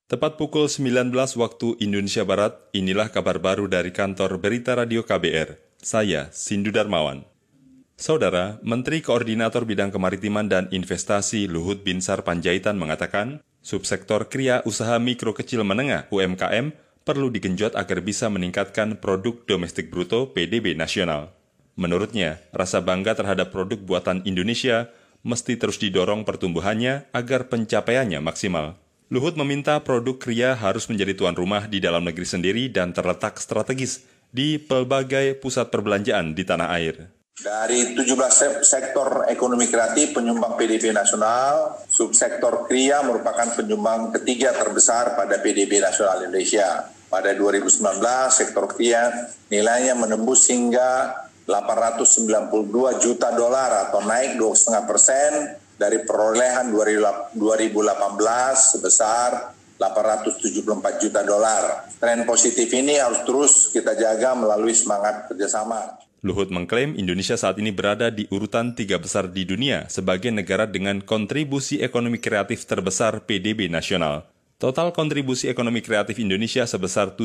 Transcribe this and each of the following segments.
Tepat pukul 19 waktu Indonesia Barat, inilah kabar baru dari kantor Berita Radio KBR. Saya, Sindu Darmawan. Saudara, Menteri Koordinator Bidang Kemaritiman dan Investasi Luhut Binsar Panjaitan mengatakan, subsektor kriya usaha mikro kecil menengah UMKM perlu digenjot agar bisa meningkatkan produk domestik bruto PDB nasional. Menurutnya, rasa bangga terhadap produk buatan Indonesia mesti terus didorong pertumbuhannya agar pencapaiannya maksimal. Luhut meminta produk kriya harus menjadi tuan rumah di dalam negeri sendiri dan terletak strategis di pelbagai pusat perbelanjaan di tanah air. Dari 17 sektor ekonomi kreatif penyumbang PDB nasional, subsektor kriya merupakan penyumbang ketiga terbesar pada PDB nasional Indonesia. Pada 2019, sektor kriya nilainya menembus hingga $892 juta atau naik 2,5% dari perolehan 2018 sebesar $874 juta. Tren positif ini harus terus kita jaga melalui semangat kerjasama. Luhut mengklaim Indonesia saat ini berada di urutan 3 besar di dunia sebagai negara dengan kontribusi ekonomi kreatif terbesar PDB nasional. Total kontribusi ekonomi kreatif Indonesia sebesar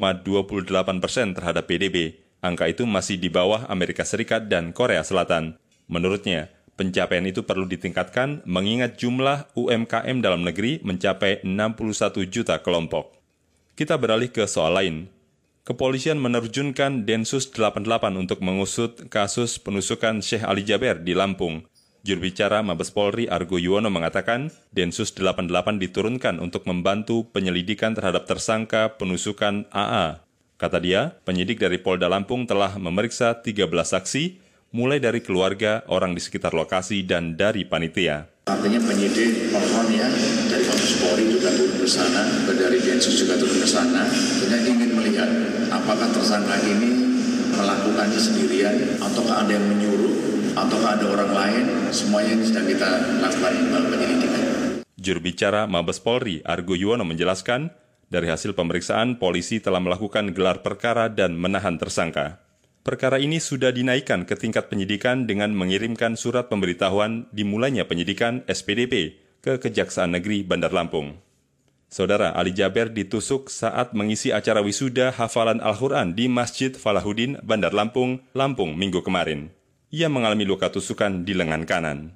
7,28% terhadap PDB. Angka itu masih di bawah Amerika Serikat dan Korea Selatan. Menurutnya, pencapaian itu perlu ditingkatkan mengingat jumlah UMKM dalam negeri mencapai 61 juta kelompok. Kita beralih ke soal lain. Kepolisian menerjunkan Densus 88 untuk mengusut kasus penusukan Syekh Ali Jaber di Lampung. Jurubicara Mabes Polri Argo Yuwono mengatakan, Densus 88 diturunkan untuk membantu penyelidikan terhadap tersangka penusukan AA. Kata dia, penyidik dari Polda Lampung telah memeriksa 13 saksi, mulai dari keluarga, orang di sekitar lokasi, dan dari panitia. Artinya penyidik mohon ya, dari Mabes Polri juga turun ke sana, dari Densus juga turun ke sana, dan ingin melihat apakah tersangka ini melakukannya sendirian, ataukah ada yang menyuruh, ataukah ada orang lain, semuanya ini sedang kita lakukan penyelidikan. Jurubicara Mabes Polri Argo Yuwono menjelaskan, dari hasil pemeriksaan, polisi telah melakukan gelar perkara dan menahan tersangka. Perkara ini sudah dinaikkan ke tingkat penyidikan dengan mengirimkan surat pemberitahuan dimulainya penyidikan SPDP ke Kejaksaan Negeri Bandar Lampung. Saudara Ali Jaber ditusuk saat mengisi acara wisuda hafalan Al-Quran di Masjid Falahuddin, Bandar Lampung, Lampung minggu kemarin. Ia mengalami luka tusukan di lengan kanan.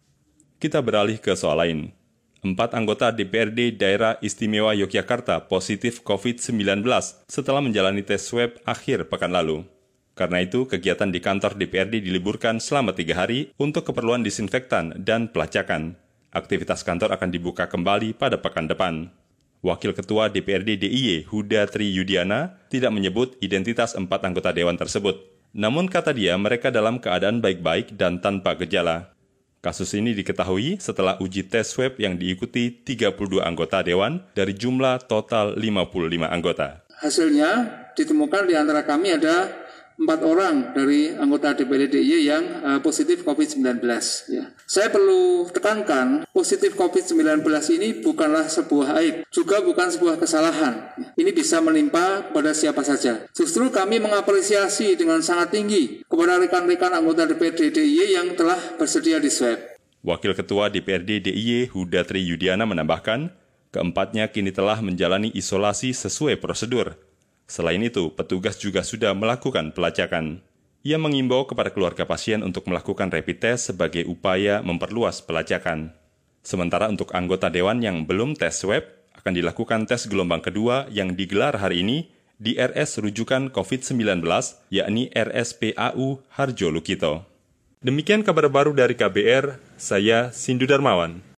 Kita beralih ke soal lain. 4 anggota DPRD Daerah Istimewa Yogyakarta positif COVID-19 setelah menjalani tes swab akhir pekan lalu. Karena itu, kegiatan di kantor DPRD diliburkan selama 3 hari untuk keperluan disinfektan dan pelacakan. Aktivitas kantor akan dibuka kembali pada pekan depan. Wakil Ketua DPRD DIY Huda Tri Yudiana tidak menyebut identitas 4 anggota dewan tersebut. Namun kata dia mereka dalam keadaan baik-baik dan tanpa gejala. Kasus ini diketahui setelah uji tes swab yang diikuti 32 anggota dewan dari jumlah total 55 anggota. Hasilnya ditemukan di antara kami ada 4 orang dari anggota DPRD DIY yang positif COVID-19. Ya. Saya perlu tekankan, positif COVID-19 ini bukanlah sebuah aib, juga bukan sebuah kesalahan. Ini bisa menimpa kepada siapa saja. Justru kami mengapresiasi dengan sangat tinggi kepada rekan-rekan anggota DPRD DIY yang telah bersedia di swab. Wakil Ketua DPRD DIY Huda Tri Yudiana menambahkan, keempatnya kini telah menjalani isolasi sesuai prosedur. Selain itu, petugas juga sudah melakukan pelacakan. Ia mengimbau kepada keluarga pasien untuk melakukan rapid test sebagai upaya memperluas pelacakan. Sementara untuk anggota dewan yang belum tes swab, akan dilakukan tes gelombang kedua yang digelar hari ini di RS rujukan COVID-19, yakni RSPAU Harjo Lukito. Demikian kabar baru dari KBR, saya Sindu Darmawan.